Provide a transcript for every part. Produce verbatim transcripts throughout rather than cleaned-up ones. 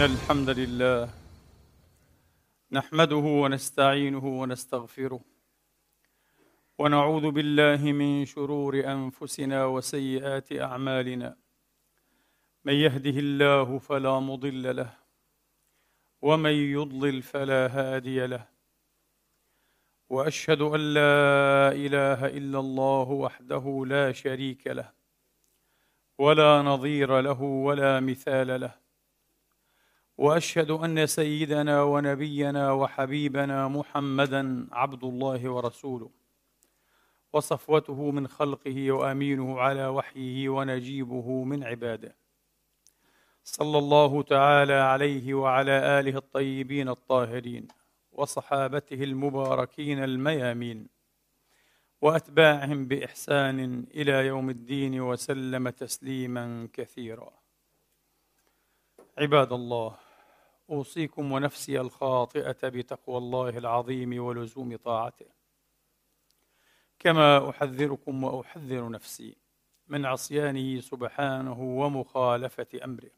إن الحمد لله نحمده ونستعينه ونستغفره ونعوذ بالله من شرور أنفسنا وسيئات أعمالنا. من يهده الله فلا مضل له ومن يضلل فلا هادي له، وأشهد أن لا إله إلا الله وحده لا شريك له ولا نظير له ولا مثال له، وأشهد أن سيدنا ونبينا وحبيبنا محمدًا عبد الله ورسوله وصفوته من خلقه وأمينه على وحيه ونجيبه من عباده، صلى الله تعالى عليه وعلى آله الطيبين الطاهرين وصحابته المباركين الميامين وأتباعهم بإحسان إلى يوم الدين وسلم تسليماً كثيراً. عباد الله، أوصيكم ونفسي الخاطئة بتقوى الله العظيم ولزوم طاعته، كما أحذركم وأحذر نفسي من عصيانه سبحانه ومخالفة أمره،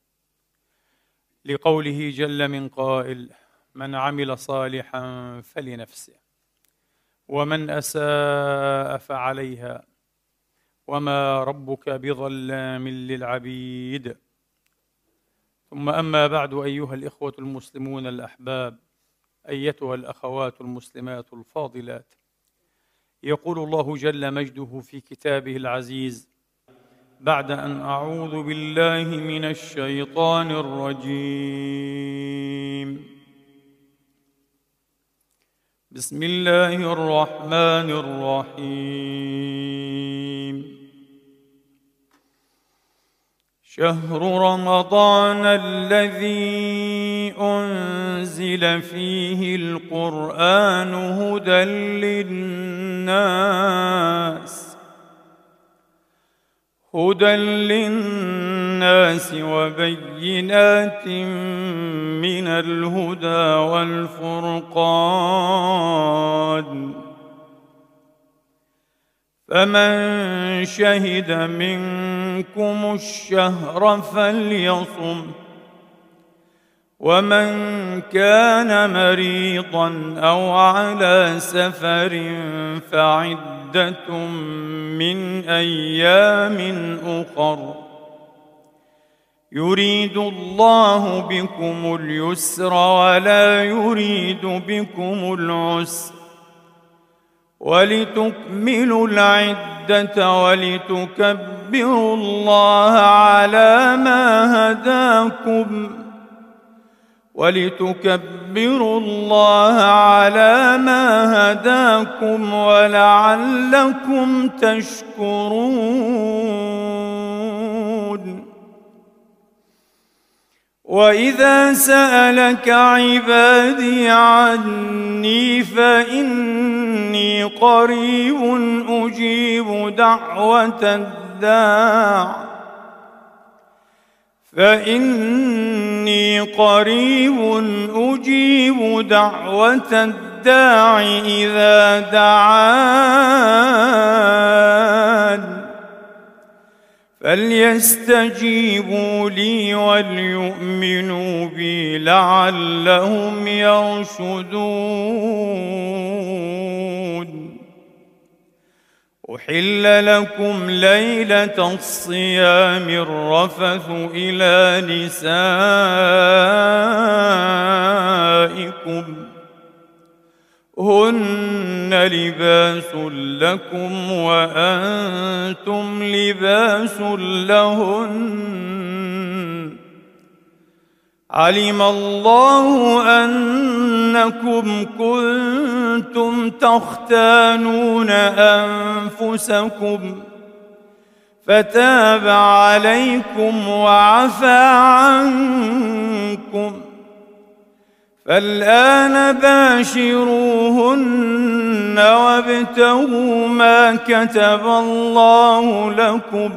لقوله جل من قائل: من عمل صالحا فلنفسه ومن أساء فعليها وما ربك بظلام للعبيد. ثم أما بعد، أيها الإخوة المسلمون الأحباب، أيتها الأخوات المسلمات الفاضلات، يقول الله جل مجده في كتابه العزيز بعد أن أعوذ بالله من الشيطان الرجيم: بسم الله الرحمن الرحيم. شهر رمضان الذي أنزل فيه القرآن هدى للناس هدى للناس وبينات من الهدى والفرقان، فمن شهد منكم الشهر فليصم، ومن كان مريضا أو على سفر فعدة من أيام أخر، يريد الله بكم اليسر ولا يريد بكم العسر، ولتكملوا العدة ولتكبروا الله على ما هداكم ولتكبروا الله على ما هداكم ولعلكم تشكرون. وإذا سألك عبادي عني فإني قريب أجيب دعوة الداع فإني قريب أجيب دعوة الداع إذا دعان، فليستجيبوا لي وليؤمنوا بي لعلهم يرشدون. أحل لكم ليلة الصيام الرفث إلى نسائكم هن لباس لكم وأنتم لباس لهن، علم الله أنكم كنتم تختانون أنفسكم فتاب عليكم وعفى عنكم، فالآن باشروهن وابتغوا ما كتب الله لكم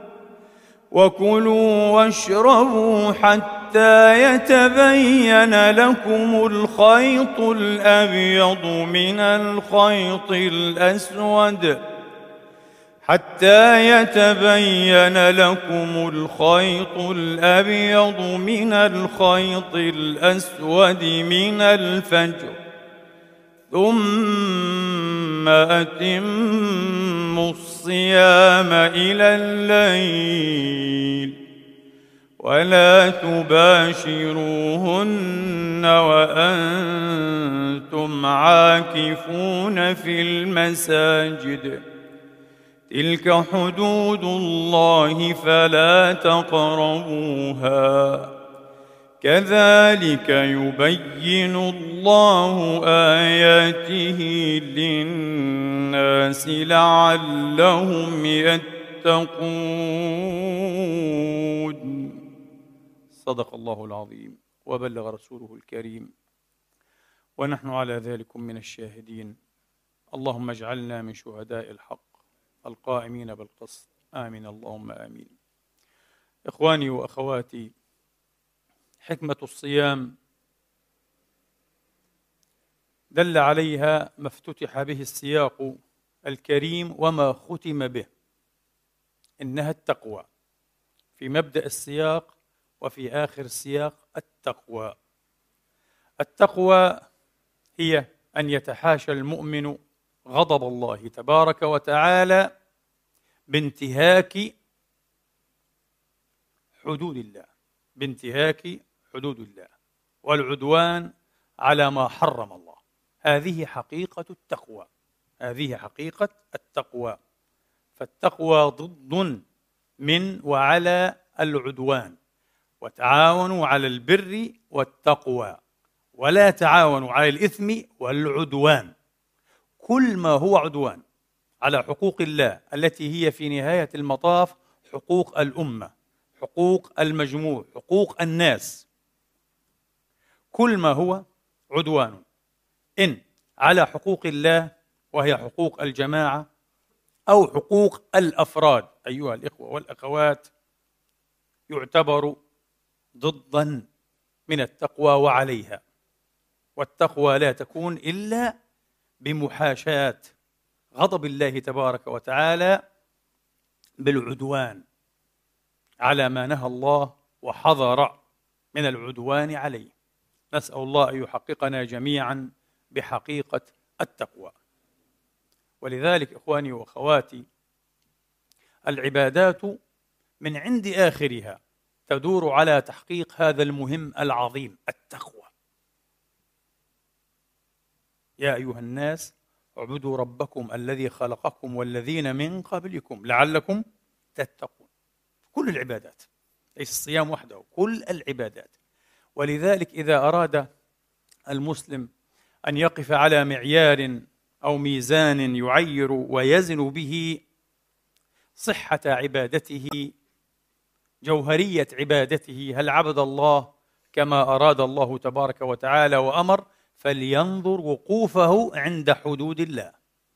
وكلوا واشربوا حتى يتبين لكم الخيط الأبيض من الخيط الأسود حتى يتبين لكم الخيط الأبيض من الخيط الأسود من الفجر ثم أتموا الصيام إلى الليل ولا تباشروهن وأنتم عاكفون في المساجد تلك حدود الله فلا تقربوها كذلك يبين الله آياته للناس لعلهم يتقون. صدق الله العظيم وبلغ رسوله الكريم ونحن على ذلك من الشاهدين. اللهم اجعلنا من شهداء الحق القائمين بالقسط، آمين اللهم آمين. إخواني وأخواتي، حكمة الصيام دل عليها ما افتتح به السياق الكريم وما ختم به، إنها التقوى في مبدأ السياق وفي آخر السياق. التقوى التقوى هي أن يتحاشى المؤمن غضب الله تبارك وتعالى بانتهاك حدود الله بانتهاك حدود الله والعدوان على ما حرم الله. هذه حقيقة التقوى هذه حقيقة التقوى فالتقوى ضد من وعلى العدوان، وتعاونوا على البر والتقوى ولا تعاونوا على الإثم والعدوان. كل ما هو عدوان على حقوق الله التي هي في نهاية المطاف حقوق الأمة، حقوق المجموع، حقوق الناس، كل ما هو عدوان إن على حقوق الله وهي حقوق الجماعة أو حقوق الأفراد أيها الإخوة والأخوات، يعتبر ضداً من التقوى وعليها. والتقوى لا تكون إلا بمحاشاة غضب الله تبارك وتعالى بالعدوان على ما نهى الله وحذر من العدوان عليه. نسأل الله أن يحققنا جميعا بحقيقة التقوى. ولذلك إخواني وأخواتي، العبادات من عند آخرها تدور على تحقيق هذا المهم العظيم، التقوى. يا أيها الناس اعبدوا ربكم الذي خلقكم والذين من قبلكم لعلكم تتقون. كل العبادات، ليس الصيام وحده، كل العبادات. ولذلك إذا أراد المسلم أن يقف على معيار أو ميزان يعير ويزن به صحة عبادته، جوهرية عبادته، هل عبد الله كما أراد الله تبارك وتعالى وأمر، فلينظر وقوفه عند حدود الله.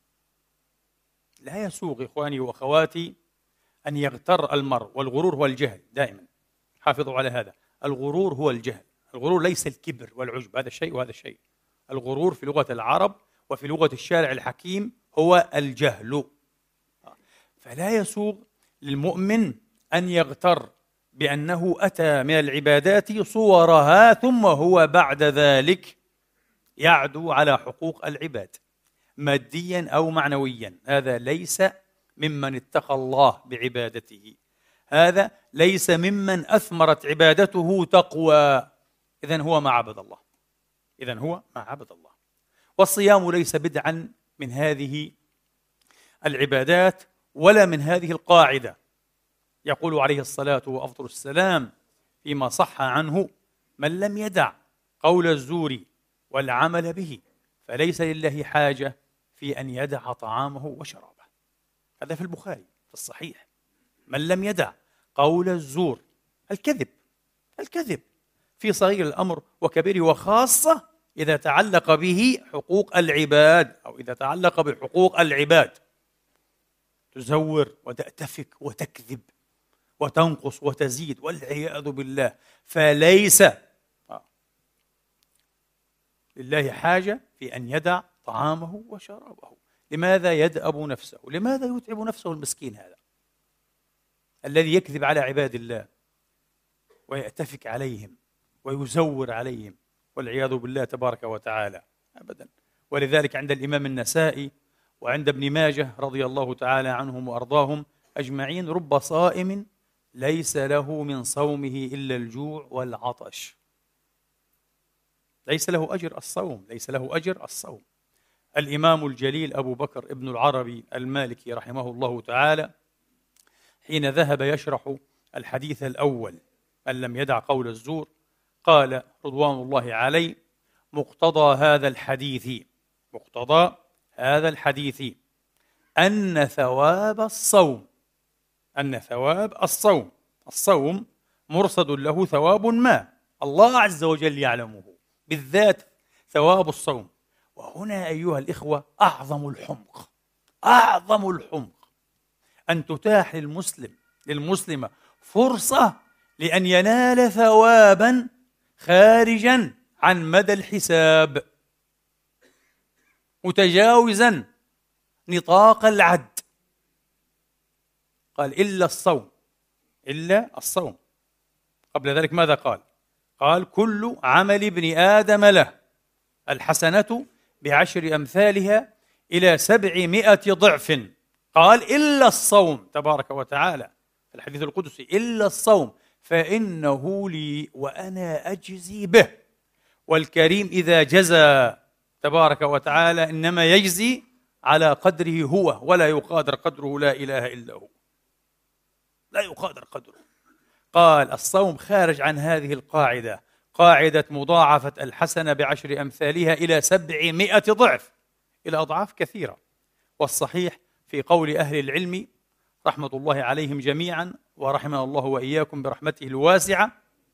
لا يسوغ إخواني وأخواتي أن يغتر المرء، والغرور هو الجهل دائما، حافظوا على هذا، الغرور هو الجهل. الغرور ليس الكبر والعجب، هذا شيء وهذا شيء. الغرور في لغة العرب وفي لغة الشارع الحكيم هو الجهل. فلا يسوغ للمؤمن أن يغتر بأنه أتى من العبادات صورها ثم هو بعد ذلك يعدو على حقوق العباد ماديا أو معنويا. هذا ليس ممن اتقى الله بعبادته، هذا ليس ممن أثمرت عبادته تقوى. إذن هو ما عبد الله إذن هو ما عبد الله. والصيام ليس بدعا من هذه العبادات ولا من هذه القاعدة. يقول عليه الصلاة وأفضل السلام فيما صح عنه: من لم يدع قول الزور والعمل به فليس لله حاجة في أن يدع طعامه وشرابه. هذا في البخاري في الصحيح. من لم يدع قول الزور، الكذب الكذب في صغير الأمر وكبيره، وخاصة إذا تعلق به حقوق العباد أو إذا تعلق بحقوق العباد، تزور وتأتفك وتكذب وتنقص وتزيد والعياذ بالله. فليس لله حاجة في أن يدع طعامه وشرابه. لماذا يدأب نفسه؟ لماذا يتعب نفسه المسكين هذا الذي يكذب على عباد الله ويأتفك عليهم ويزور عليهم والعياذ بالله تبارك وتعالى؟ أبدا. ولذلك عند الإمام النسائي وعند ابن ماجه رضي الله تعالى عنهم وأرضاهم أجمعين: رب صائم ليس له من صومه إلا الجوع والعطش. ليس له أجر الصوم، ليس له أجر الصوم. الإمام الجليل أبو بكر ابن العربي المالكي رحمه الله تعالى حين ذهب يشرح الحديث الأول: من لم يدع قول الزور، قال رضوان الله عليه: مقتضى هذا الحديث مقتضى هذا الحديث أن ثواب الصوم أن ثواب الصوم الصوم مرصد له ثواب ما الله عز وجل يعلمه، بالذات ثواب الصوم. وهنا أيها الإخوة أعظم الحمق أعظم الحمق أن تتاح للمسلم للمسلمة فرصة لأن ينال ثوابا خارجا عن مدى الحساب، متجاوزا نطاق العد. قال: إلا الصوم إلا الصوم. قبل ذلك ماذا قال؟ قال: كل عمل ابن آدم له الحسنة بعشر أمثالها إلى سبعمائة ضعف. قال: إلا الصوم، تبارك وتعالى في الحديث القدسي: إلا الصوم فإنه لي وأنا أجزي به. والكريم إذا جزى تبارك وتعالى إنما يجزي على قدره هو، ولا يقادر قدره، لا إله إلا هو، لا يقادر قدره. قال: الصوم خارج عن هذه القاعدة، قاعدة مضاعفة الحسنة بعشر أمثالها إلى سبعمائة ضعف، إلى أضعاف كثيرة. والصحيح في قول أهل العلم رحمة الله عليهم جميعا، ورحمنا الله وإياكم برحمته الواسعة،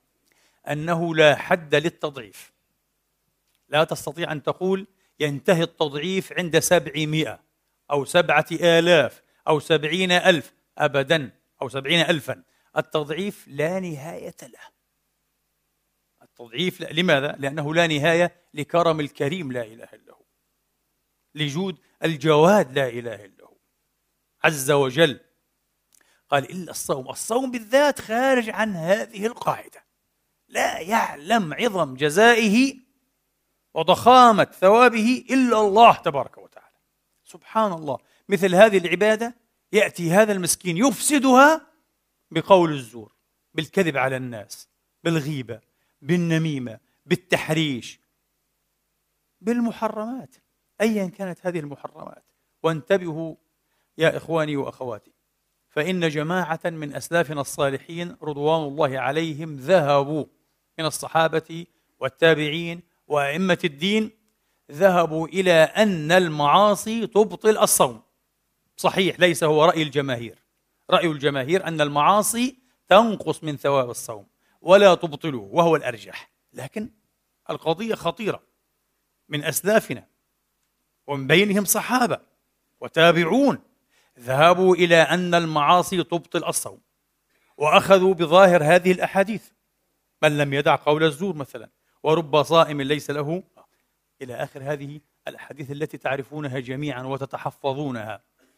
أنه لا حد للتضعيف. لا تستطيع أن تقول ينتهي التضعيف عند سبعمائة أو سبعة آلاف أو سبعين ألف، أبدا، أو سبعين ألفا. التضعيف لا نهاية له. التضعيف لا. لماذا؟ لأنه لا نهاية لكرم الكريم لا إله إلا هو، لجود الجواد لا إله إلا هو عز وجل. قال: إلا الصوم. الصوم بالذات خارج عن هذه القاعدة، لا يعلم عظم جزائه وضخامة ثوابه إلا الله تبارك وتعالى. سبحان الله، مثل هذه العبادة يأتي هذا المسكين يفسدها بقول الزور، بالكذب على الناس، بالغيبة، بالنميمة، بالتحريش، بالمحرمات، أيا كانت هذه المحرمات. وانتبهوا يا إخواني وأخواتي، فإن جماعة من أسلافنا الصالحين رضوان الله عليهم ذهبوا من الصحابة والتابعين وأئمة الدين، ذهبوا إلى أن المعاصي تبطل الصوم. صحيح، ليس هو رأي الجماهير. رأي الجماهير أن المعاصي تنقص من ثواب الصوم ولا تبطله، وهو الأرجح. لكن القضية خطيرة. من أسلافنا ومن بينهم صحابة وتابعون ذهبوا إلى أن المعاصي تبطل الصوم، وأخذوا بظاهر هذه الأحاديث: من لم يدع قول الزور مثلا، ورب صائم ليس له، إلى آخر هذه الأحاديث التي تعرفونها جميعا وتتحفظونها.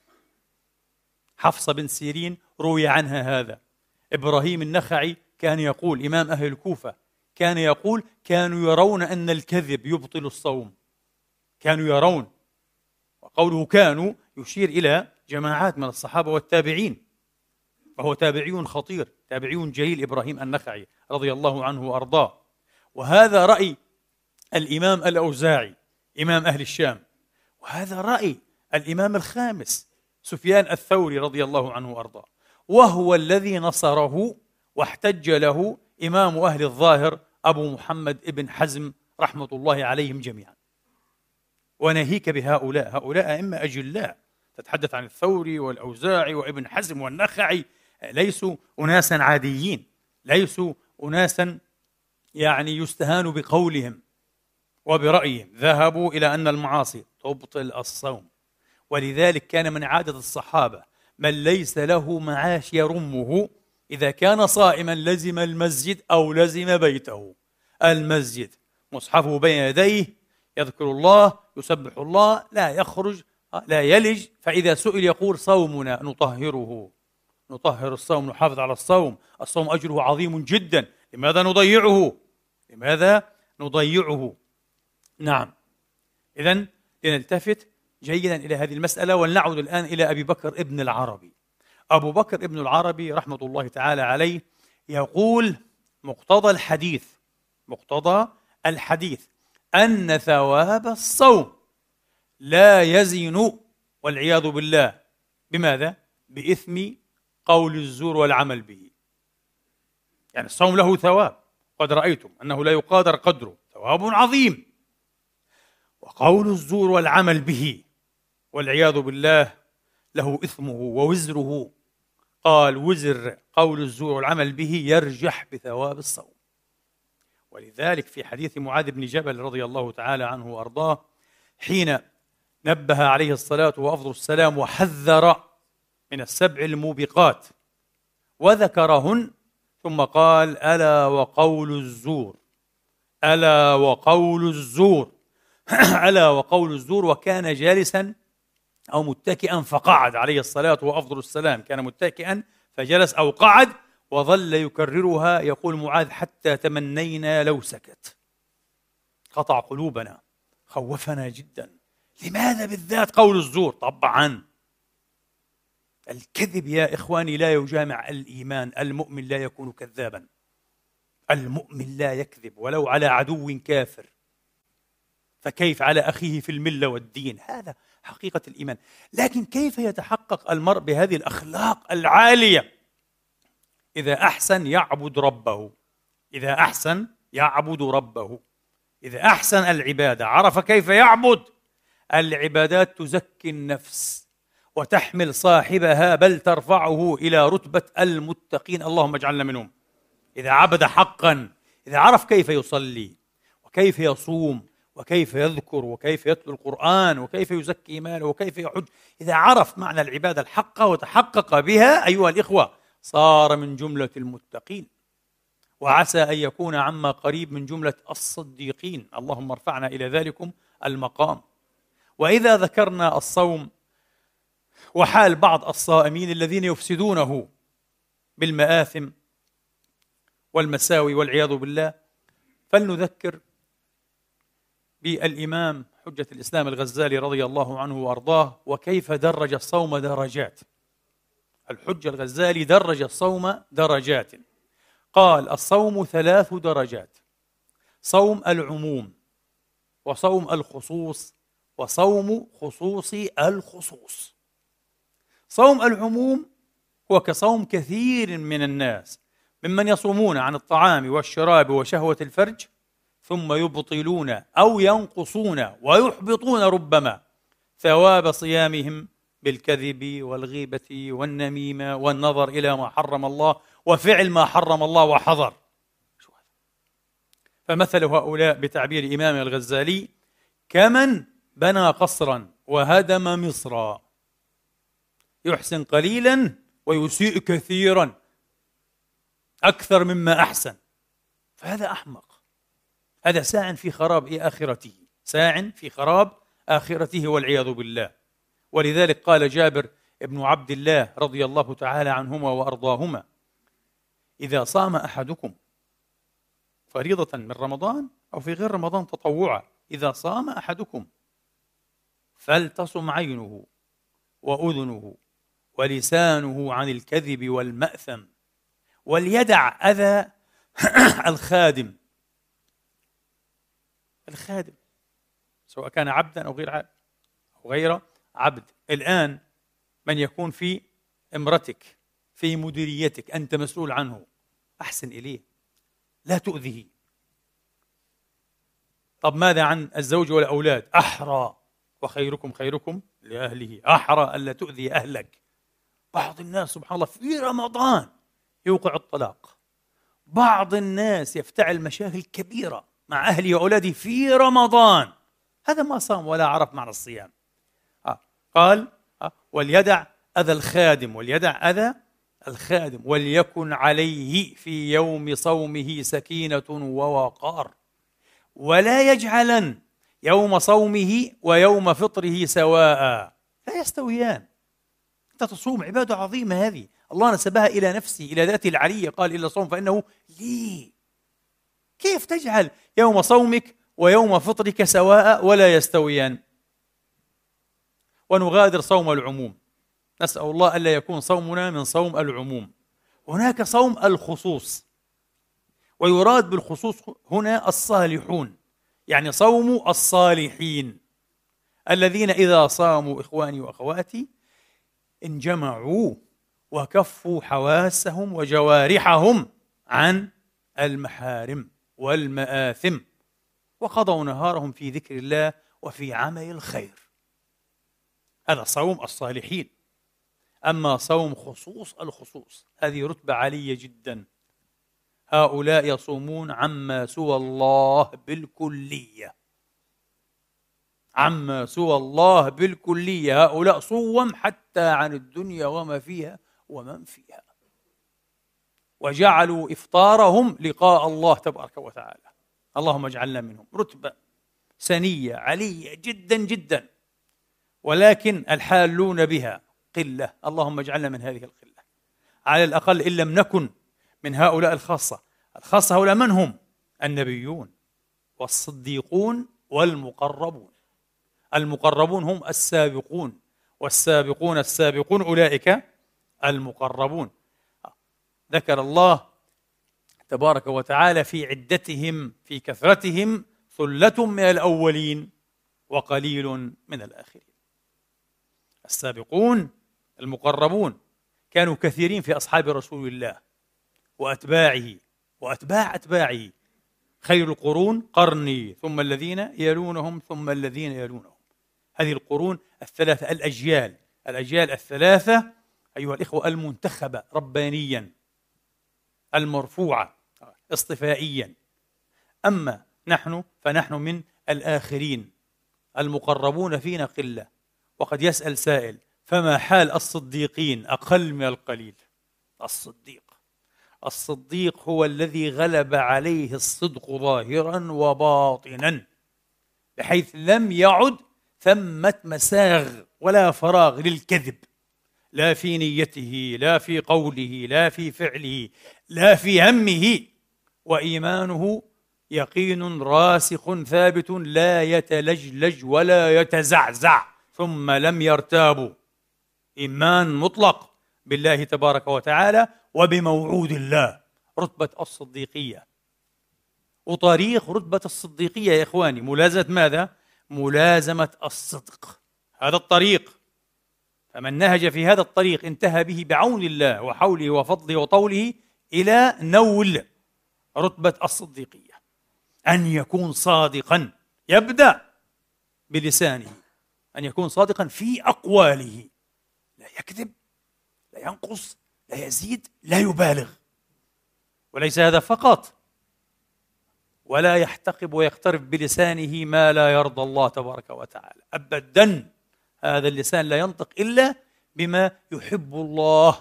حفصة بن سيرين روي عنها هذا. إبراهيم النخعي كان يقول، إمام أهل الكوفة، كان يقول: كانوا يرون أن الكذب يبطل الصوم. كانوا يرون، وقوله كانوا يشير إلى جماعات من الصحابة والتابعين، وهو تابعي خطير، تابعي جليل إبراهيم النخعي رضي الله عنه وأرضاه. وهذا رأي الإمام الأوزاعي إمام أهل الشام، وهذا رأي الإمام الخامس سفيان الثوري رضي الله عنه وأرضاه، وهو الذي نصره واحتج له إمام أهل الظاهر أبو محمد ابن حزم رحمة الله عليهم جميعا. وناهيك بهؤلاء، هؤلاء أئمة أجلاء، تتحدث عن الثوري والأوزاعي وابن حزم والنخعي، ليسوا أناسا عاديين، ليسوا أناسا يعني يستهان بقولهم وبرأيهم. ذهبوا إلى أن المعاصي تبطل الصوم. ولذلك كان من عادة الصحابة من ليس له معاش يرمه إذا كان صائما لزم المسجد أو لزم بيته. المسجد مصحفه بين يديه، يذكر الله، يسبح الله، لا يخرج لا يلج، فإذا سئل يقول صومنا نطهره، نطهر الصوم، نحافظ على الصوم، الصوم أجره عظيم جدا، لماذا نضيعه؟ لماذا نضيعه؟ نعم، إذن لنلتفت جيدا إلى هذه المسألة. ولنعود الآن إلى أبي بكر ابن العربي. أبو بكر ابن العربي رحمة الله تعالى عليه يقول مقتضى الحديث، مقتضى الحديث أن ثواب الصوم لا يزن والعياذ بالله بماذا؟ بإثم قول الزور والعمل به. يعني الصوم له ثواب، قد رأيتم أنه لا يقادر قدره، ثواب عظيم، وقول الزور والعمل به والعياذ بالله له إثمه ووزره. قال وزر قول الزور والعمل به يرجح بثواب الصوم. ولذلك في حديث معاذ بن جبل رضي الله تعالى عنه وأرضاه، حين نبه عليه الصلاة وأفضل السلام وحذر من السبع الموبقات وذكرهن، ثم قال ألا وقول الزور، ألا وقول الزور ألا وقول الزور. وكان جالسا أو متكئا فقعد عليه الصلاة وأفضل السلام، كان متكئا فجلس أو قعد، وظل يكررها يقول معاذ حتى تمنينا لو سكت. قطع قلوبنا، خوفنا جدا. لماذا بالذات قول الزور؟ طبعا الكذب يا إخواني لا يجامع الإيمان، المؤمن لا يكون كذابا، المؤمن لا يكذب ولو على عدو كافر، فكيف على أخيه في الملة والدين؟ هذا حقيقة الإيمان. لكن كيف يتحقق المرء بهذه الأخلاق العالية؟ إذا أحسن يعبد ربه، إذا أحسن يعبد ربه، إذا أحسن العبادة، عرف كيف يعبد. العبادات تزكي النفس وتحمل صاحبها، بل ترفعه إلى رتبة المتقين، اللهم اجعلنا منهم. إذا عبد حقا، إذا عرف كيف يصلي وكيف يصوم وكيف يذكر وكيف يتلو القرآن وكيف يزكي ماله وكيف يحج، إذا عرف معنى العبادة الحقة وتحقق بها أيها الإخوة، صار من جملة المتقين، وعسى أن يكون عما قريب من جملة الصديقين، اللهم ارفعنا إلى ذلكم المقام. وإذا ذكرنا الصوم وحال بعض الصائمين الذين يفسدونه بالمآثم والمساوي والعياذ بالله، فلنذكر بالإمام حجة الإسلام الغزالي رضي الله عنه وأرضاه، وكيف درج الصوم درجات. الحجة الغزالي درج الصوم درجات، قال الصوم ثلاث درجات: صوم العموم، وصوم الخصوص، وصوم خصوص الخصوص. صوم العموم هو كصوم كثير من الناس ممن يصومون عن الطعام والشراب وشهوة الفرج، ثم يبطلون أو ينقصون ويحبطون ربما ثواب صيامهم بالكذب والغيبة والنميمة والنظر إلى ما حرم الله وفعل ما حرم الله وحظر. فمثل هؤلاء بتعبير إمام الغزالي كمن بنى قصرا وهدم مصرا، يحسن قليلا ويسيء كثيرا أكثر مما أحسن. فهذا أحمق، هذا ساع في خراب آخرته، ساع في خراب آخرته والعياذ بالله. ولذلك قال جابر ابن عبد الله رضي الله تعالى عنهما وأرضاهما: إذا صام أحدكم فريضة من رمضان أو في غير رمضان تطوعا، إذا صام أحدكم فلتصم عينه وأذنه ولسانه عن الكذب والمأثم، وليدع أذى الخادم، الخادم سواء كان عبدا أو غير عبد أو غير عبد. الآن من يكون في امرتك، في مديريتك، أنت مسؤول عنه، أحسن إليه، لا تؤذيه. طب ماذا عن الزوج والأولاد؟ أحرى، وخيركم خيركم لأهله، أحرى ألا تؤذي أهلك. بعض الناس سبحان الله في رمضان يوقع الطلاق، بعض الناس يفتعل مشاكل كبيرة مع أهله وأولاده في رمضان، هذا ما صام ولا عرف معنى الصيام. آه. قال آه. وليدع أذى الخادم، وليدع أذى الخادم، وليكن عليه في يوم صومه سكينة ووقار، ولا يجعلن يوم صومه ويوم فطره سواء. لا يستويان. أنت تصوم، عبادة عظيمة هذه، الله نسبها إلى نفسه، إلى ذاته العلية، قال إلا صوم فإنه لي. كيف تجعل يوم صومك ويوم فطرك سواء ولا يستويان؟ ونغادر صوم العموم، نسأل الله ألا يكون صومنا من صوم العموم. هناك صوم الخصوص، ويراد بالخصوص هنا الصالحون، يعني صوم الصالحين الذين إذا صاموا إخواني وأخواتي انجمعوا وكفوا حواسهم وجوارحهم عن المحارم والمآثم، وقضوا نهارهم في ذكر الله وفي عمل الخير. هذا صوم الصالحين. أما صوم خصوص الخصوص هذه رتبة عالية جدا، هؤلاء يصومون عما سوى الله بالكلية، عما سوى الله بالكلية. هؤلاء صوم حتى عن الدنيا وما فيها ومن فيها، وجعلوا إفطارهم لقاء الله تبارك وتعالى. اللهم اجعلنا منهم. رتبة سنية عالية جدا جدا، ولكن الحالون بها قلة. اللهم اجعلنا من هذه القلة على الأقل، إن لم نكن من هؤلاء الخاصة. الخاصة هؤلاء من هم؟ النبيون والصديقون والمقربون. المقربون هم السابقون، والسابقون السابقون أولئك المقربون. ذكر الله تبارك وتعالى في عدتهم في كثرتهم ثلة من الأولين وقليل من الآخرين. السابقون المقربون كانوا كثيرين في أصحاب رسول الله وأتباعه وأتباع أتباعه. خير القرون قرني ثم الذين يلونهم ثم الذين يلونهم. هذه القرون الثلاثة، الأجيال الأجيال الثلاثة أيها الإخوة، المنتخبة ربانيا، المرفوعة اصطفائيا. أما نحن فنحن من الآخرين، المقربون فينا قلة. وقد يسأل سائل: فما حال الصديقين؟ أقل من القليل. الصديق الصديق هو الذي غلب عليه الصدق ظاهرا وباطنا، بحيث لم يعد ثمة مساغ ولا فراغ للكذب، لا في نيته، لا في قوله، لا في فعله، لا في همه. وإيمانه يقين راسخ ثابت لا يتلجلج ولا يتزعزع، ثم لم يرتابوا. إيمان مطلق بالله تبارك وتعالى وبموعود الله. رتبة الصديقية وطريق رتبة الصديقية يا إخواني ملازمة ماذا؟ ملازمة الصدق. هذا الطريق، فمن نهج في هذا الطريق انتهى به بعون الله وحوله وفضله وطوله إلى نول رتبة الصديقية. أن يكون صادقا، يبدأ بلسانه، أن يكون صادقا في أقواله، لا يكذب، لا ينقص، لا يزيد، لا يبالغ. وليس هذا فقط، ولا يحتقب ويقترب بلسانه ما لا يرضى الله تبارك وتعالى أبدا. هذا اللسان لا ينطق إلا بما يحب الله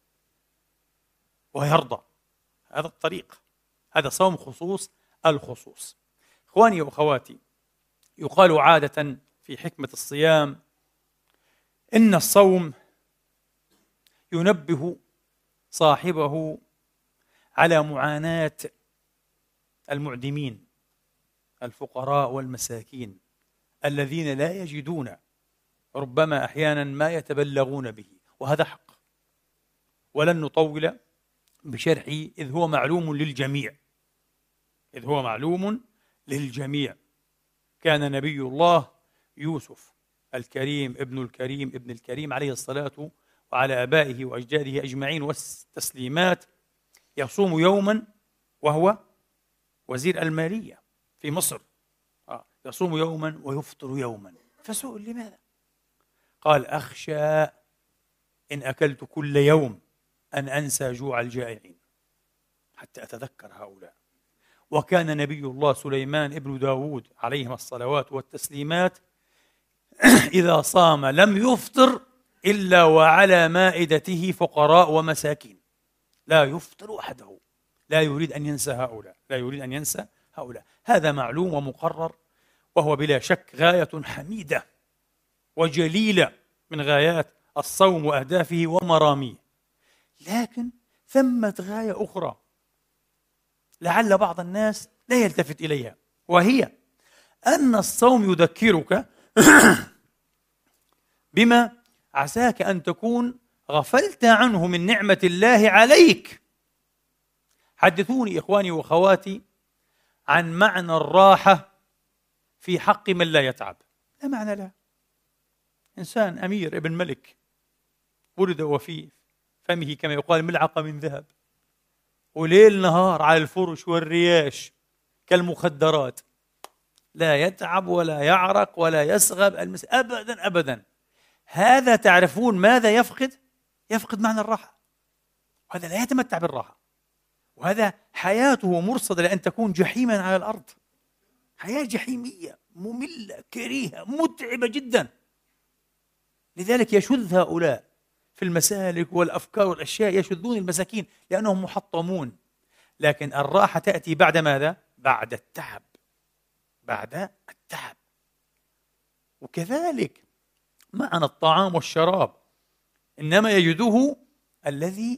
ويرضى. هذا الطريق، هذا صوم خصوص الخصوص. إخواني وأخواتي، يقال عادة في حكمة الصيام إن الصوم ينبه صاحبه على معاناة المعدمين الفقراء والمساكين الذين لا يجدون ربما أحيانا ما يتبلغون به، وهذا حق، ولن نطول بشرحه إذ هو معلوم للجميع إذ هو معلوم للجميع. كان نبي الله يوسف الكريم ابن الكريم ابن الكريم عليه الصلاة وعلى آبائه وأجداده أجمعين والتسليمات يصوم يوما وهو وزير المالية في مصر، آه. يصوم يوما ويفطر يوما. فسئل لماذا؟ قال: أخشى إن أكلت كل يوم أن أنسى جوع الجائعين حتى أتذكر هؤلاء. وكان نبي الله سليمان ابن داود عليهما الصلوات والتسليمات إذا صام لم يفطر إلا وعلى مائدته فقراء ومساكين، لا يفطر وحده، لا يريد أن ينسى هؤلاء لا يريد أن ينسى هؤلاء. هذا معلوم ومقرر، وهو بلا شك غاية حميدة وجليلة من غايات الصوم وأهدافه ومراميه. لكن ثمة غاية أخرى لعل بعض الناس لا يلتفت إليها، وهي أن الصوم يذكرك بما عساك أن تكون غفلت عنه من نعمة الله عليك. حدثوني إخواني وأخواتي عن معنى الراحة في حق من لا يتعب. لا معنى لها. إنسان أمير ابن ملك ولد وفي فمه كما يقال ملعقة من ذهب، وليل نهار على الفرش والرياش كالمخدرات، لا يتعب ولا يعرق ولا يسغب المس... أبدا أبدا. هذا تعرفون ماذا يفقد؟ يفقد معنى الراحة، وهذا لا يتمتع بالراحة، وهذا حياته مرصدة لأن تكون جحيما على الأرض، حياة جحيمية مملة كريهة متعبة جدا. لذلك يشذ هؤلاء في المسالك والأفكار والأشياء، يشذون المساكين لأنهم محطمون. لكن الراحة تأتي بعد ماذا؟ بعد التعب، بعد التعب. وكذلك معنى الطعام والشراب إنما يجده الذي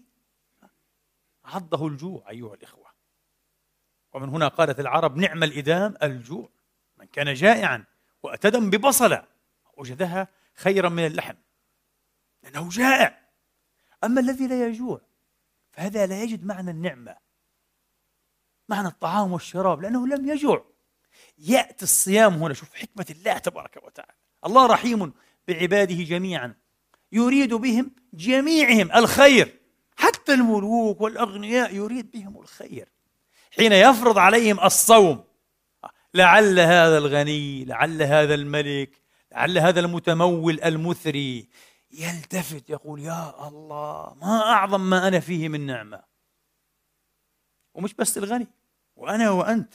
عضه الجوع أيها الإخوة. ومن هنا قالت العرب نعم الإدام الجوع، من كان جائعا وأتدم ببصلة وجدها خيرا من اللحم لأنه جائع. أما الذي لا يجوع فهذا لا يجد معنى النعمة، معنى الطعام والشراب، لأنه لم يجوع. يأتي الصيام هنا، شوف حكمة الله تبارك وتعالى. الله رحيم بعباده جميعا، يريد بهم جميعهم الخير، حتى الملوك والأغنياء يريد بهم الخير. حين يفرض عليهم الصوم لعل هذا الغني، لعل هذا الملك، لعل هذا المتمول المثري يلتفت يقول يا الله ما أعظم ما أنا فيه من نعمة. ومش بس الغني، وأنا وأنت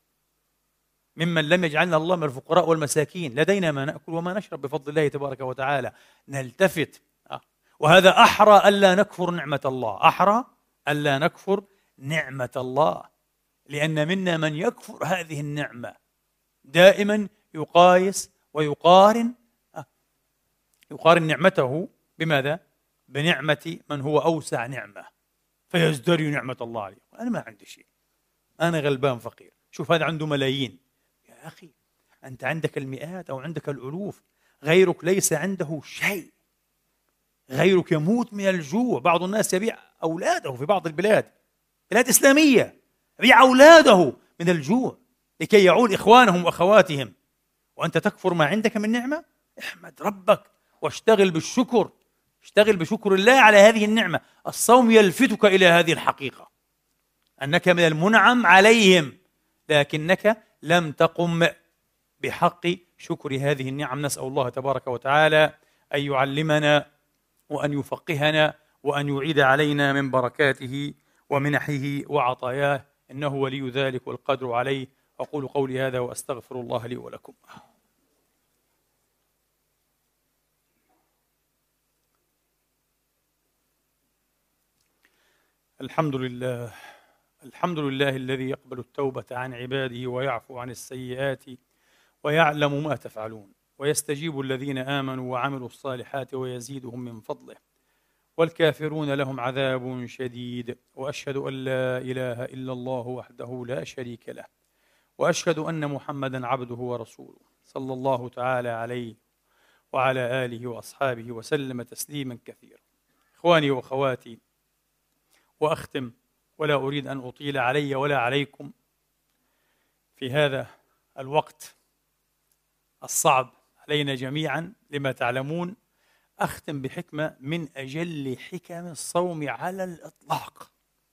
ممن لم يجعلنا الله من الفقراء والمساكين، لدينا ما نأكل وما نشرب بفضل الله تبارك وتعالى. نلتفت، وهذا أحرى ألا نكفر نعمة الله، أحرى ألا نكفر نعمة الله، لأن منا من يكفر هذه النعمة دائما يقايس ويقارن يقارن نعمته بماذا؟ بنعمة من هو أوسع نعمة، فيزدري نعمة الله عليه. أنا ما عندي شيء، أنا غلبان فقير. شوف هذا عنده ملايين، يا أخي أنت عندك المئات أو عندك الألوف، غيرك ليس عنده شيء، غيرك يموت من الجوع. بعض الناس يبيع أولاده في بعض البلاد، بلاد إسلامية، يبيع أولاده من الجوع لكي يعول إخوانهم وأخواتهم، وأنت تكفر ما عندك من نعمة. احمد ربك واشتغل بالشكر، اشتغل بشكر الله على هذه النعمة. الصوم يلفتك إلى هذه الحقيقة أنك من المنعم عليهم، لكنك لم تقم بحق شكر هذه النعم. نسأل الله تبارك وتعالى أن يعلمنا وأن يفقهنا وأن يعيد علينا من بركاته ومنحه وعطاياه، إنه ولي ذلك والقدر عليه. أقول قولي هذا وأستغفر الله لي ولكم. الحمد لله، الحمد لله الذي يقبل التوبة عن عباده ويعفو عن السيئات ويعلم ما تفعلون، ويستجيب الذين آمنوا وعملوا الصالحات ويزيدهم من فضله، والكافرون لهم عذاب شديد. وأشهد أن لا إله إلا الله وحده لا شريك له، وأشهد أن محمدا عبده ورسوله صلى الله تعالى عليه وعلى آله وأصحابه وسلم تسليما كثيرا. إخواني وأخواتي، وأختم ولا أريد أن أطيل علي ولا عليكم في هذا الوقت الصعب علينا جميعا لما تعلمون، أختم بحكمة من أجل حكم الصوم على الإطلاق،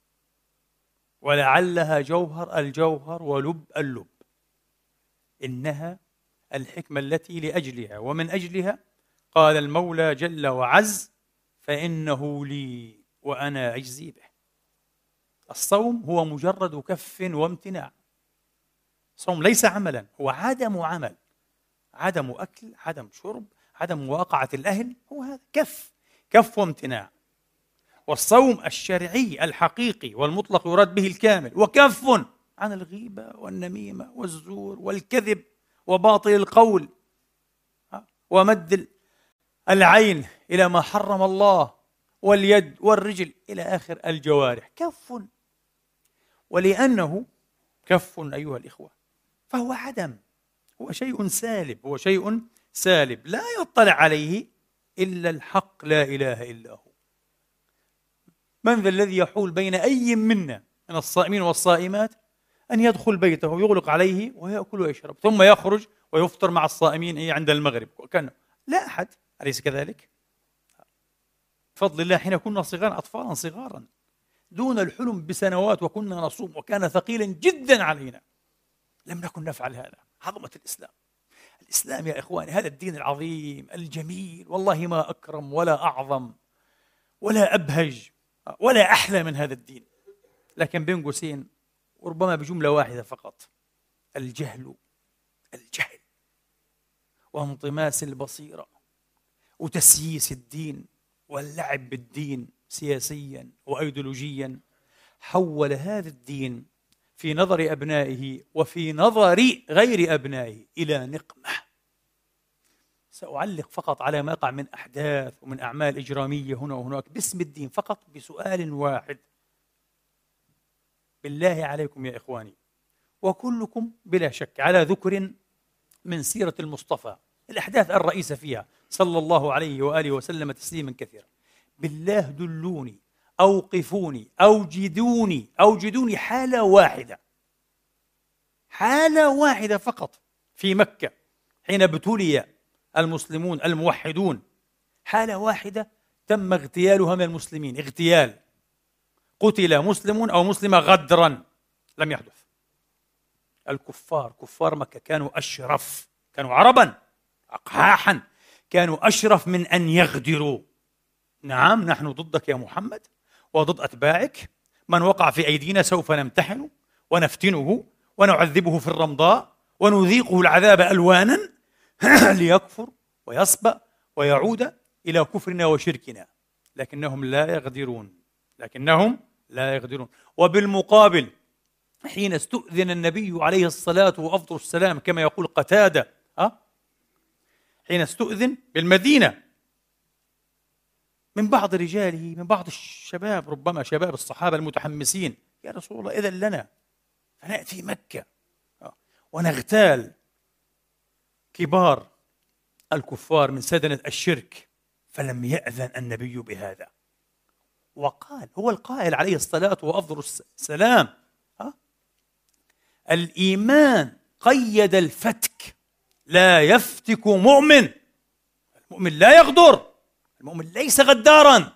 ولعلها جوهر الجوهر ولب اللب. إنها الحكمة التي لأجلها ومن أجلها قال المولى جل وعز فإنه لي وأنا أجزي به. الصوم هو مجرد كف وامتناع. الصوم ليس عملا، هو عدم عمل، عدم أكل، عدم شرب، عدم مواقعة الأهل، هو هذا كف كف وامتناع. والصوم الشرعي الحقيقي والمطلق يراد به الكامل، وكف عن الغيبة والنميمة والزور والكذب وباطل القول ومد العين إلى ما حرم الله، واليد والرجل إلى آخر الجوارح، كف. ولأنه كف أيها الإخوة فهو عدم، هو شيء سالب، هو شيء سالب لا يطلع عليه إلا الحق، لا إله إلا هو. من ذا الذي يحول بين أي منا من الصائمين والصائمات أن يدخل بيته ويغلق عليه ويأكل ويشرب ثم يخرج ويفطر مع الصائمين إيه عند المغرب؟ كان لا أحد، أليس كذلك؟ بفضل الله حين كنا صغارا أطفالا صغارا دون الحلم بسنوات وكنا نصوم وكان ثقيلا جدا علينا، لم نكن نفعل هذا. عظمة الإسلام، الإسلام يا إخواني هذا الدين العظيم الجميل، والله ما أكرم ولا أعظم ولا أبهج ولا أحلى من هذا الدين. لكن بين قوسين وربما بجملة واحدة فقط: الجهل، الجهل وانطماس البصيرة وتسييس الدين واللعب بالدين سياسيا وأيديولوجيا حول هذا الدين في نظر أبنائه وفي نظر غير أبنائه إلى نقمة. سأعلق فقط على ما يقع من أحداث ومن أعمال إجرامية هنا وهناك باسم الدين فقط بسؤال واحد: بالله عليكم يا إخواني، وكلكم بلا شك على ذكر من سيرة المصطفى الأحداث الرئيسة فيها صلى الله عليه وآله وسلم تسليما كثيرا، بالله دلوني، أوقفوني، أوجدوني أوجدوني حالة واحدة، حالة واحدة فقط في مكة حين ابتلي المسلمون الموحدون، حالة واحدة تم اغتيالها من المسلمين، اغتيال، قتل مسلم أو مسلمة غدرا، لم يحدث. الكفار كفار مكة كانوا أشرف، كانوا عربا أقحاحا، كانوا أشرف من أن يغدروا. نعم نحن ضدك يا محمد وضد أتباعك، من وقع في أيدينا سوف نمتحنه ونفتنه ونعذبه في الرمضاء ونذيقه العذاب ألوانا ليكفر ويصبأ ويعود إلى كفرنا وشركنا. لكنهم لا يغدرون، لكنهم لا يغدرون. وبالمقابل حين استؤذن النبي عليه الصلاة وأفضل السلام كما يقول قتادة، أه؟ حين استؤذن بالمدينة من بعض رجاله، من بعض الشباب، ربما شباب الصحابة المتحمسين: يا رسول الله إذن لنا فنأتي مكة ونغتال كبار الكفار من سدنة الشرك. فلم يأذن النبي بهذا، وقال، هو القائل عليه الصلاة وأفضل السلام: ها؟ الإيمان قيد الفتك، لا يفتك مؤمن، المؤمن لا يغدر، المؤمن ليس غدارا،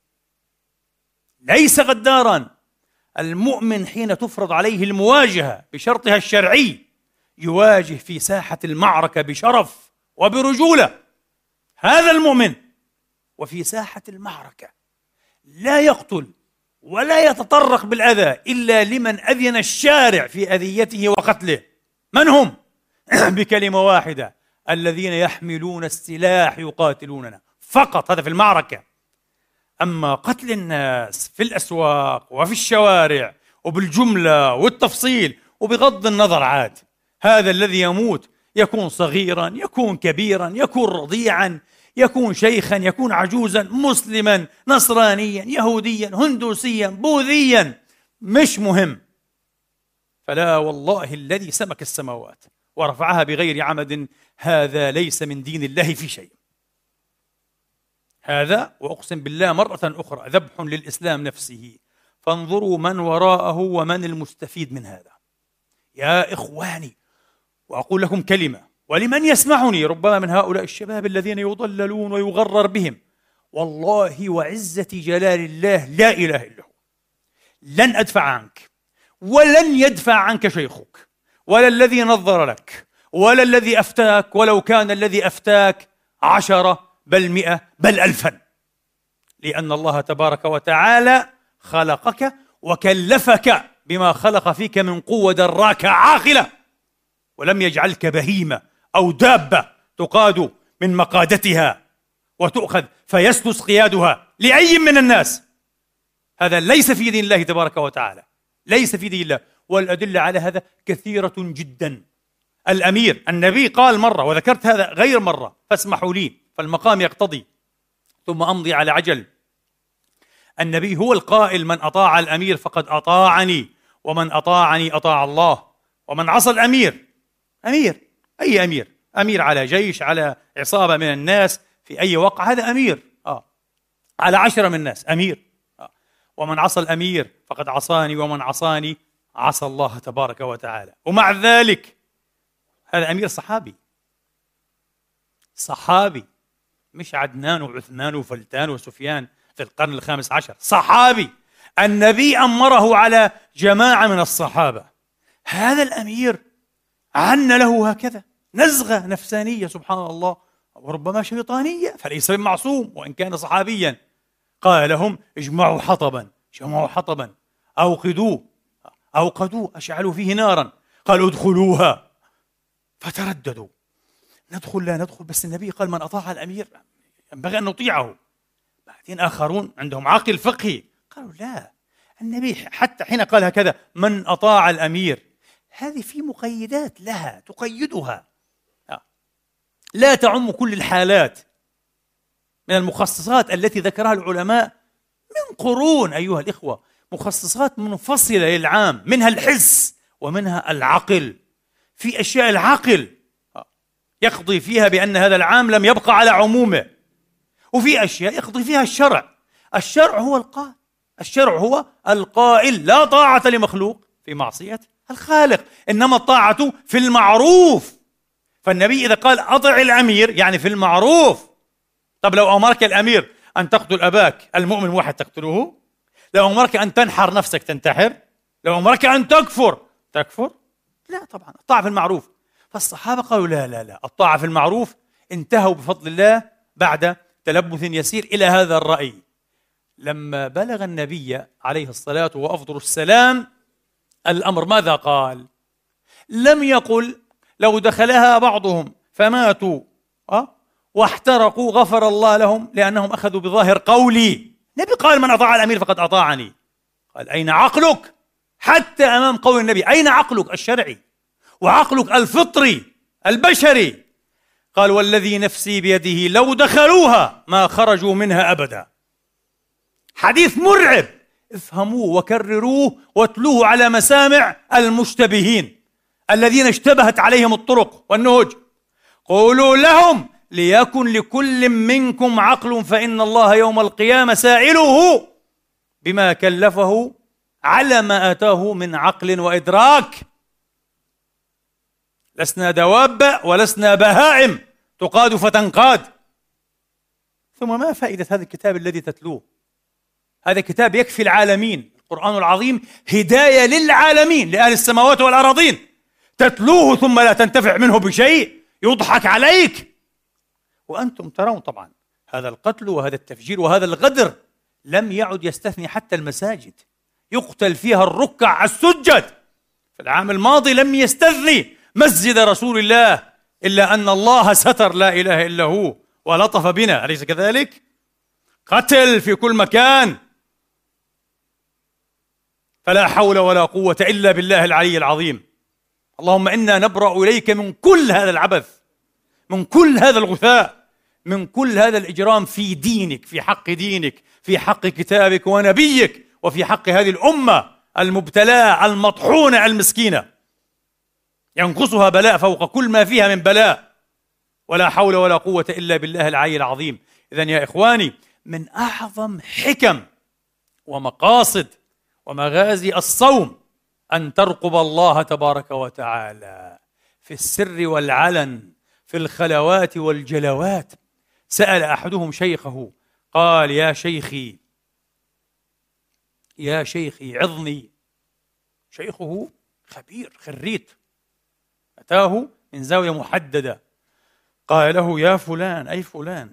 ليس غدارا. المؤمن حين تفرض عليه المواجهة بشرطها الشرعي يواجه في ساحة المعركة بشرف وبرجولة، هذا المؤمن. وفي ساحة المعركة لا يقتل ولا يتطرق بالأذى إلا لمن أذن الشارع في أذيته وقتله. من هم؟ بكلمة واحدة: الذين يحملون السلاح يقاتلوننا، فقط. هذا في المعركة. أما قتل الناس في الأسواق وفي الشوارع وبالجملة والتفصيل وبغض النظر، عاد هذا الذي يموت يكون صغيرا، يكون كبيرا، يكون رضيعا، يكون شيخا، يكون عجوزا، مسلما، نصرانيا، يهوديا، هندوسيا، بوذيا، مش مهم. فلا والله الذي سمك السماوات ورفعها بغير عمد، هذا ليس من دين الله في شيء. هذا وأقسم بالله مرة أخرى ذبح للإسلام نفسه. فانظروا من وراءه ومن المستفيد من هذا يا إخواني. وأقول لكم كلمة ولمن يسمعني ربما من هؤلاء الشباب الذين يضللون ويغرر بهم: والله وعزة جلال الله لا إله إلا هو لن أدفع عنك ولن يدفع عنك شيخك ولا الذي نظر لك ولا الذي أفتاك، ولو كان الذي أفتاك عشرة بل مئة بل ألفا، لأن الله تبارك وتعالى خلقك وكلفك بما خلق فيك من قوة دراك عاقلة، ولم يجعلك بهيمة أو دابة تقاد من مقادتها وتؤخذ فيسلس قيادها لأي من الناس. هذا ليس في دين الله تبارك وتعالى، ليس في دين الله. والأدلة على هذا كثيرة جدا. الأمير النبي قال مرة، وذكرت هذا غير مرة فاسمحوا لي فالمقام يقتضي. ثم أمضي على عجل. النبي هو القائل: من أطاع الأمير فقد أطاعني، ومن أطاعني أطاع الله. ومن عصى الأمير، أمير أي أمير، أمير على جيش، على عصابة من الناس في أي وقع، هذا أمير. آه. على عشرة من الناس أمير. آه. ومن عصى الأمير فقد عصاني، ومن عصاني عصى الله تبارك وتعالى. ومع ذلك هذا أمير صحابي، صحابي، مش عدنان وعثمان وفلتان وسفيان في القرن الخامس عشر، صحابي النبي أمره على جماعة من الصحابة. هذا الأمير عن له هكذا نزغة نفسانية سبحان الله، وربما شيطانية، فليس بمعصوم وإن كان صحابيا. قال لهم: اجمعوا حطبا، جمعوا حطبا، أوقدوه، أوقدوه، أشعلوا فيه نارا. قالوا: ادخلوها. فترددوا، ندخل لا ندخل، بس النبي قال: من أطاع الأمير ينبغي أن نطيعه. بعدين آخرون عندهم عقل فقهي قالوا: لا، النبي حتى حين قال هكذا من أطاع الأمير، هذه في مقيدات لها تقيدها، لا تعم كل الحالات، من المخصصات التي ذكرها العلماء من قرون أيها الإخوة، مخصصات منفصلة للعام، منها الحس ومنها العقل. في أشياء العقل يقضي فيها بأن هذا العام لم يبقى على عمومه، وفي أشياء يقضي فيها الشرع. الشرع هو القائل، الشرع هو القائل: لا طاعة لمخلوق في معصية الخالق، إنما الطاعة في المعروف. فالنبي إذا قال أطع الأمير يعني في المعروف. طب لو أمرك الأمير أن تقتل أباك المؤمن واحد تقتله؟ لو أمرك أن تنحر نفسك تنتحر؟ لو أمرك أن تكفر تكفر؟ لا طبعا، الطاعة في المعروف. فالصحابة قالوا: لا لا لا، الطاعة في المعروف. انتهوا بفضل الله بعد تلبث يسير إلى هذا الرأي. لما بلغ النبي عليه الصلاة وأفضل السلام الأمر ماذا قال؟ لم يقل لو دخلها بعضهم فماتوا أه؟ واحترقوا غفر الله لهم لأنهم أخذوا بظاهر قولي. النبي قال: من أطاع الأمير فقد أطاعني. قال: أين عقلك؟ حتى أمام قول النبي أين عقلك الشرعي وعقلك الفطري البشري؟ قال: والذي نفسي بيده لو دخلوها ما خرجوا منها أبدا. حديث مرعب، افهموه وكرروه واتلوه على مسامع المشتبهين الذين اشتبهت عليهم الطرق والنهج. قولوا لهم: ليكن لكل منكم عقل فإن الله يوم القيامة سائله بما كلفه على ما آتاه من عقل وإدراك. لسنا دواب ولسنا بهائم تقاد فتنقاد. ثم ما فائدة هذا الكتاب الذي تتلوه؟ هذا كتاب يكفي العالمين، القرآن العظيم هداية للعالمين، لأهل السماوات والأراضين. تتلوه ثم لا تنتفع منه بشيء، يضحك عليك. وأنتم ترون طبعا هذا القتل وهذا التفجير وهذا الغدر لم يعد يستثني حتى المساجد، يقتل فيها الركع على السجد. في العام الماضي لم يستثني مسجد رسول الله، إلا أن الله ستر لا إله إلا هو ولطف بنا، أليس كذلك؟ قتل في كل مكان. فلا حول ولا قوة إلا بالله العلي العظيم. اللهم إنا نبرأ إليك من كل هذا العبث، من كل هذا الغثاء، من كل هذا الإجرام في دينك، في حق دينك، في حق كتابك ونبيك، وفي حق هذه الأمة المبتلاة المطحونة المسكينة، ينقصها بلاء فوق كل ما فيها من بلاء. ولا حول ولا قوة إلا بالله العلي العظيم. إذن يا إخواني، من أعظم حكم ومقاصد ومغازي الصوم أن ترقب الله تبارك وتعالى في السر والعلن، في الخلوات والجلوات. سأل أحدهم شيخه قال: يا شيخي يا شيخي عظني. شيخه خبير خريت، أتاه من زاوية محددة، قال له: يا فلان، أي فلان،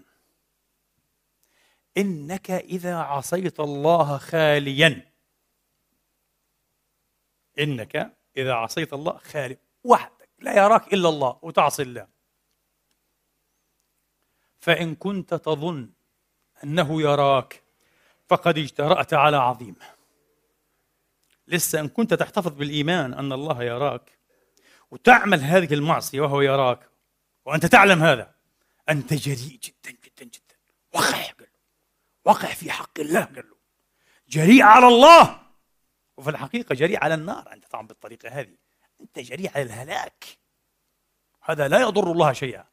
إنك إذا عصيت الله خاليا، إنك إذا عصيت الله خالي وحدك لا يراك إلا الله وتعصي الله، فإن كنت تظن أنه يراك فقد اجترأت على عظيم. لسه إن كنت تحتفظ بالإيمان أن الله يراك وتعمل هذه المعصية وهو يراك وأنت تعلم هذا، أنت جريء جدا جدا جدا، وقع، قال له وقع في حق الله، قال له جريء على الله، وفي الحقيقة جريء على النار. أنت طبعا بالطريقة هذه أنت جريء على الهلاك، هذا لا يضر الله شيئا.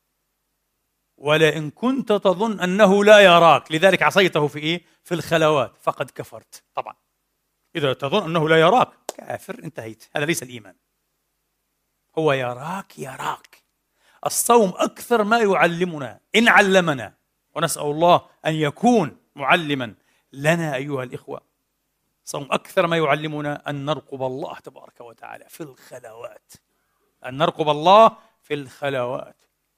ولئن كنت تظن أنه لا يراك لذلك عصيته في إيه؟ في الخلوات فقد كفرت. طبعا إذا تظن أنه لا يراك كافر، انتهيت، هذا ليس الإيمان. هو يراك يراك. الصوم أكثر ما يعلمنا إن علمنا، ونسأل الله أن يكون معلما لنا أيها الإخوة. صوم أكثر ما يعلمنا أن نرقب الله تبارك وتعالى في الخلوات، أن نرقب الله في الخلوات.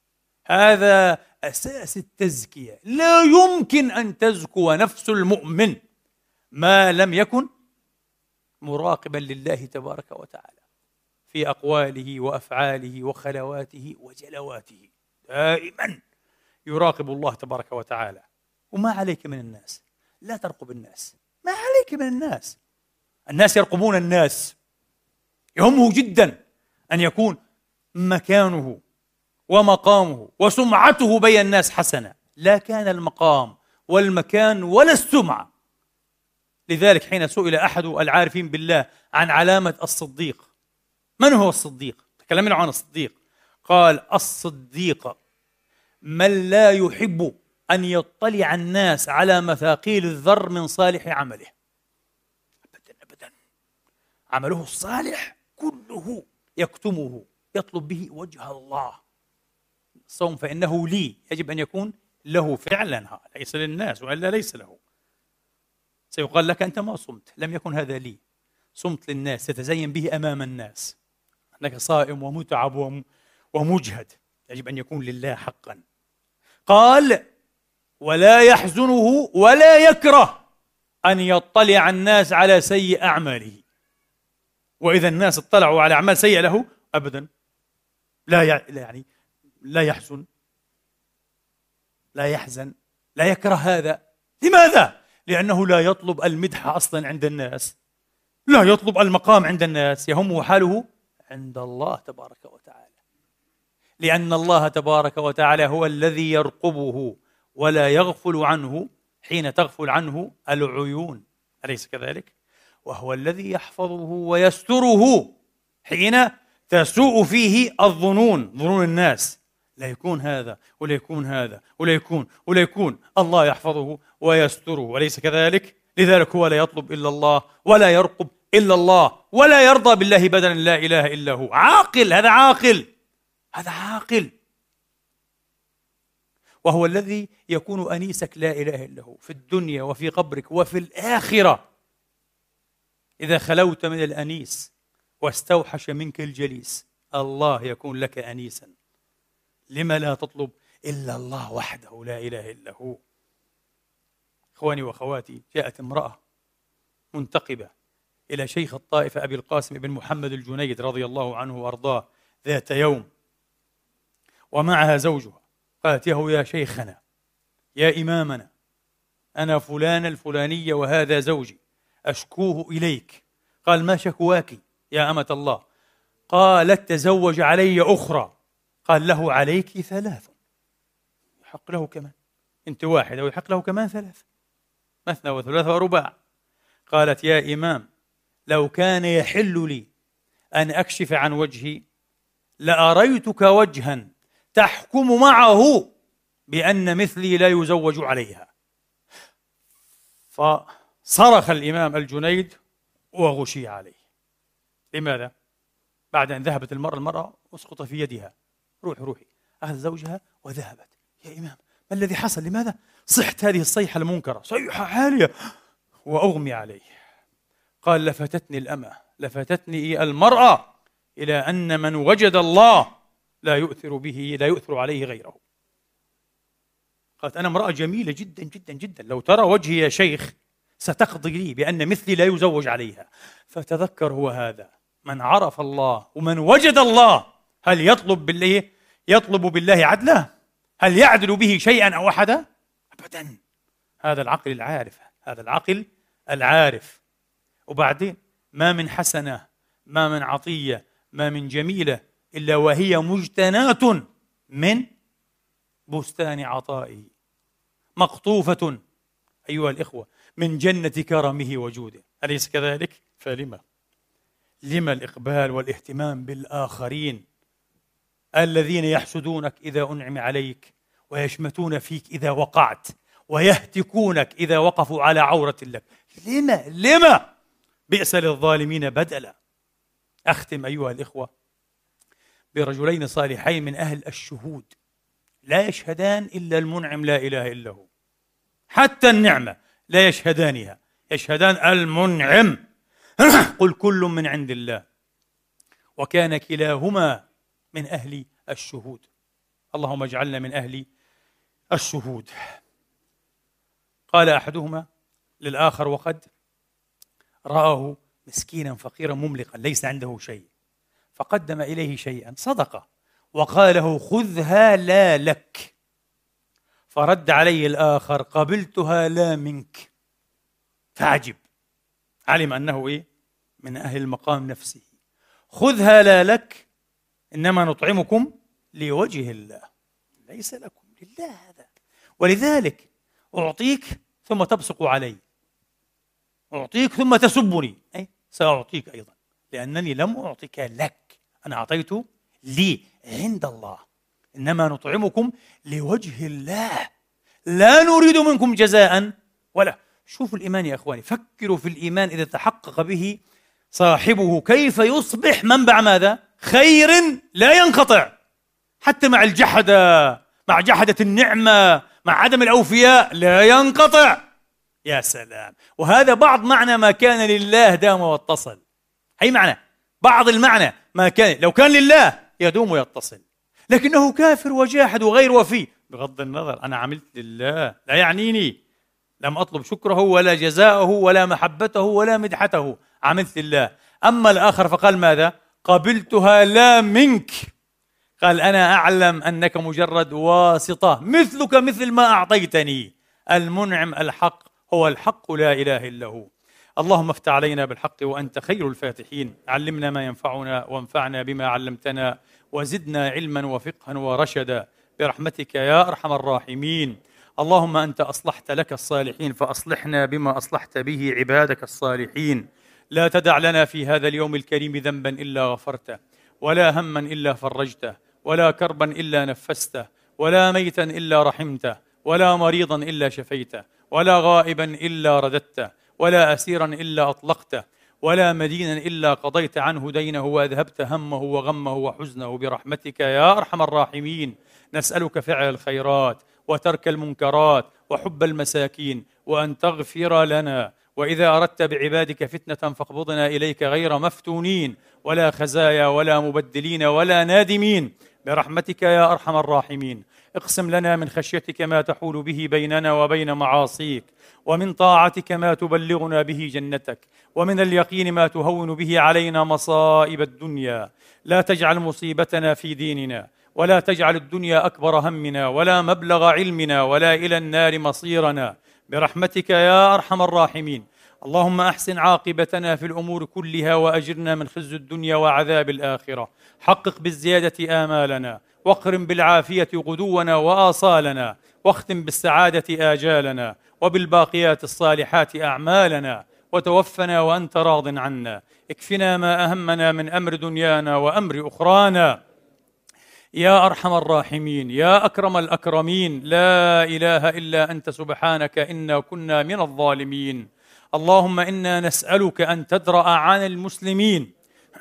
هذا أساس التزكية. لا يمكن أن تزكو نفس المؤمن ما لم يكن مراقبا لله تبارك وتعالى في أقواله وأفعاله وخلواته وجلواته. دائما يراقب الله تبارك وتعالى. وما عليك من الناس، لا ترقب الناس، ما عليك من الناس. الناس يرقبون الناس، يهمه جدا أن يكون مكانه ومقامه وسمعته بين الناس حسنة، لا كان المقام والمكان ولا السمعة. لذلك حين سئل أحد العارفين بالله عن علامة الصديق، من هو الصديق؟ تكلمنا عن الصديق، قال الصديق من لا يحب أن يطلع الناس على مثاقيل الذر من صالح عمله. أبدا أبدا، عمله الصالح كله يكتمه، يطلب به وجه الله. الصوم فإنه لي، يجب أن يكون له فعلا، ليس للناس، وإلا ليس له. سيقال لك أنت ما صمت، لم يكن هذا لي، صمت للناس، تتزين به أمام الناس أنك صائم ومتعب ومجهد، يجب أن يكون لله حقا. قال ولا يحزنه ولا يكره أن يطلع الناس على سيء أعماله. وإذا الناس اطلعوا على أعمال سيئة له أبدا لا يعني لا يحزن، لا يحزن، لا يكره هذا. لماذا؟ لأنه لا يطلب المدح أصلا عند الناس، لا يطلب المقام عند الناس، يهمه حاله عند الله تبارك وتعالى، لأن الله تبارك وتعالى هو الذي يرقبه ولا يغفل عنه حين تغفل عنه العيون، أليس كذلك؟ وهو الذي يحفظه ويستره حين تسوء فيه الظنون، ظنون الناس، لا يكون هذا ولا يكون هذا ولا يكون ولا يكون، الله يحفظه ويستره، أليس كذلك؟ لذلك هو لا يطلب إلا الله ولا يرقب إلا الله ولا يرضى بالله بدلا لا إله إلا هو. عاقل، هذا عاقل، هذا عاقل. وهو الذي يكون أنيسك لا إله إلا هو في الدنيا وفي قبرك وفي الآخرة. إذا خلوت من الأنيس واستوحش منك الجليس، الله يكون لك أنيسا. لما لا تطلب إلا الله وحده لا إله إلا هو؟ إخواني وأخواتي، جاءت امرأة منتقبة إلى شيخ الطائفة أبي القاسم بن محمد الجنيد رضي الله عنه وأرضاه ذات يوم ومعها زوجها، قالت له يا شيخنا يا إمامنا، أنا فلان الفلانية وهذا زوجي أشكوه إليك. قال ما شكواك يا أمة الله؟ قالت تزوج علي أخرى. قال له عليك ثلاث، يحق له كمان، أنت واحدة ويحق له كمان ثلاث، مثنى وثلاث ورباع. قالت يا إمام لو كان يحل لي أن أكشف عن وجهي لأريتك وجها تحكم معه بأن مثلي لا يزوج عليها. فصرخ الإمام الجنيد وغشي عليه. لماذا؟ بعد أن ذهبت المرأة المرأة أسقط في يدها، روحي روحي، أخذ زوجها وذهبت. يا إمام ما الذي حصل؟ لماذا صحت هذه الصيحة المنكرة، صيحة عالية، وأغمي عليه؟ قال لفتتني الأمة، لفتتني المرأة إلى أن من وجد الله لا يؤثر به، لا يؤثر عليه غيره. قالت أنا امرأة جميلة جدا جدا جدا، لو ترى وجهي يا شيخ ستقضي لي بأن مثلي لا يزوج عليها. فتذكر هو هذا، من عرف الله ومن وجد الله هل يطلب بالله يطلب بالله عدلا؟ هل يعدل به شيئا أو أحدا؟ أبدا. هذا العقل العارف، هذا العقل العارف. وبعدين ما من حسنة، ما من عطية، ما من جميلة إلا وهي مجتناة من بستان عطائه، مقطوفة أيها الإخوة من جنة كرمه وجوده، أليس كذلك؟ فلما لما الإقبال والاهتمام بالآخرين الذين يحسدونك إذا أنعم عليك، ويشمتون فيك إذا وقعت، ويهتكونك إذا وقفوا على عورة لك؟ لما لما بئس للظالمين بدلا. أختم أيها الإخوة برجلين صالحين من أهل الشهود، لا يشهدان إلا المنعم لا إله إلا هو، حتى النعمة لا يشهدانها، يشهدان المنعم. قل كل من عند الله، وكان كلاهما من أهل الشهود. اللهم اجعلنا من أهل الشهود. قال أحدهما للآخر وقد رآه مسكينا فقيرا مملقا ليس عنده شيء، فقدم إليه شيئا صدقة وقال له خذها لا لك، فرد عليه الآخر قبلتها لا منك، فعجب، علم أنه إيه؟ من أهل المقام نفسه. خذها لا لك، إنما نطعمكم لوجه الله ليس لكم، لله هذا. ولذلك أعطيك ثم تبصق علي، أعطيك ثم تسبني، أي سأعطيك أيضا، لأنني لم أعطيك لك، أنا أعطيت لي عند الله، إنما نطعمكم لوجه الله لا نريد منكم جزاء ولا. شوفوا الإيمان يا أخواني، فكروا في الإيمان إذا تحقق به صاحبه كيف يصبح منبع ماذا؟ خير لا ينقطع، حتى مع الجحدة، مع جحدة النعمة، مع عدم الأوفياء لا ينقطع. يا سلام. وهذا بعض معنى ما كان لله دام واتصل، أي معنى بعض المعنى ما كان، لو كان لله يدوم ويتصل، لكنه كافر وجاحد وغير وفي، بغض النظر أنا عملت لله لا يعنيني، لم أطلب شكره ولا جزاءه ولا محبته ولا مدحته، عملت لله. أما الآخر فقال ماذا؟ قبلتها لا منك، قال أنا أعلم أنك مجرد واسطة مثلك مثل ما أعطيتني. المنعم الحق هو الحق لا إله إلا هو. اللهم افتح علينا بالحق وأنت خير الفاتحين، علمنا ما ينفعنا وانفعنا بما علمتنا، وزدنا علما وفقها ورشدا برحمتك يا أرحم الراحمين. اللهم أنت أصلحت لك الصالحين فأصلحنا بما أصلحت به عبادك الصالحين. لا تدع لنا في هذا اليوم الكريم ذنبا إلا غفرته، ولا هما إلا فرجته، ولا كربا إلا نفسته، ولا ميتا إلا رحمته، ولا مريضا إلا شفيته، ولا غائبا إلا رددته، ولا أسيرا إلا أطلقته، ولا مدينا إلا قضيت عنه دينه وأذهبت همه وغمه وحزنه برحمتك يا أرحم الراحمين. نسألك فعل الخيرات وترك المنكرات وحب المساكين، وأن تغفر لنا، وإذا أردت بعبادك فتنة فاقبضنا إليك غير مفتونين ولا خزايا ولا مبدلين ولا نادمين برحمتك يا أرحم الراحمين. اقسم لنا من خشيتك ما تحول به بيننا وبين معاصيك، ومن طاعتك ما تبلغنا به جنتك، ومن اليقين ما تهون به علينا مصائب الدنيا. لا تجعل مصيبتنا في ديننا، ولا تجعل الدنيا أكبر همنا ولا مبلغ علمنا ولا إلى النار مصيرنا برحمتك يا أرحم الراحمين. اللهم أحسن عاقبتنا في الأمور كلها وأجرنا من خزي الدنيا وعذاب الآخرة. حقق بالزيادة آمالنا، واقرم بالعافية غدونا وآصالنا، واختم بالسعادة آجالنا، وبالباقيات الصالحات أعمالنا، وتوفنا وأنت راض عنا. اكفنا ما أهمنا من أمر دنيانا وأمر أخرانا يا أرحم الراحمين يا أكرم الأكرمين. لا إله إلا أنت سبحانك إنا كنا من الظالمين. اللهم إنا نسألك أن تدرأ عن المسلمين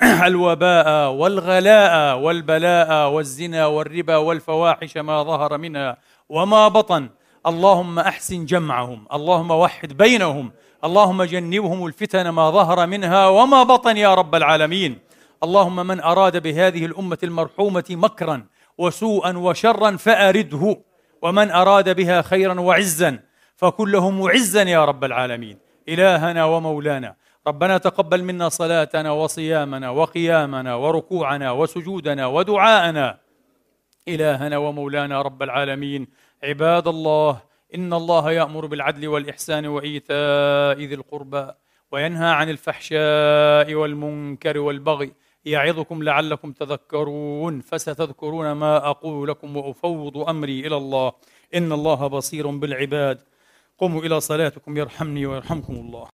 الوباء والغلاء والبلاء والزنا والربا والفواحش ما ظهر منها وما بطن. اللهم أحسن جمعهم، اللهم وحد بينهم، اللهم جنبهم الفتن ما ظهر منها وما بطن يا رب العالمين. اللهم من أراد بهذه الأمة المرحومة مكرا وسوءا وشرا فأرده، ومن أراد بها خيرا وعزا فكن له معزا يا رب العالمين. إلهنا ومولانا، ربنا تقبل منا صلاتنا وصيامنا وقيامنا وركوعنا وسجودنا ودعاءنا. إلهنا ومولانا رب العالمين، عباد الله، إن الله يأمر بالعدل والإحسان وإيتاء ذي القربى، وينهى عن الفحشاء والمنكر والبغي، يعظكم لعلكم تذكرون، فستذكرون ما أقول لكم وأفوض أمري إلى الله إن الله بصير بالعباد. قوموا إلى صلاتكم يرحمني ويرحمكم الله.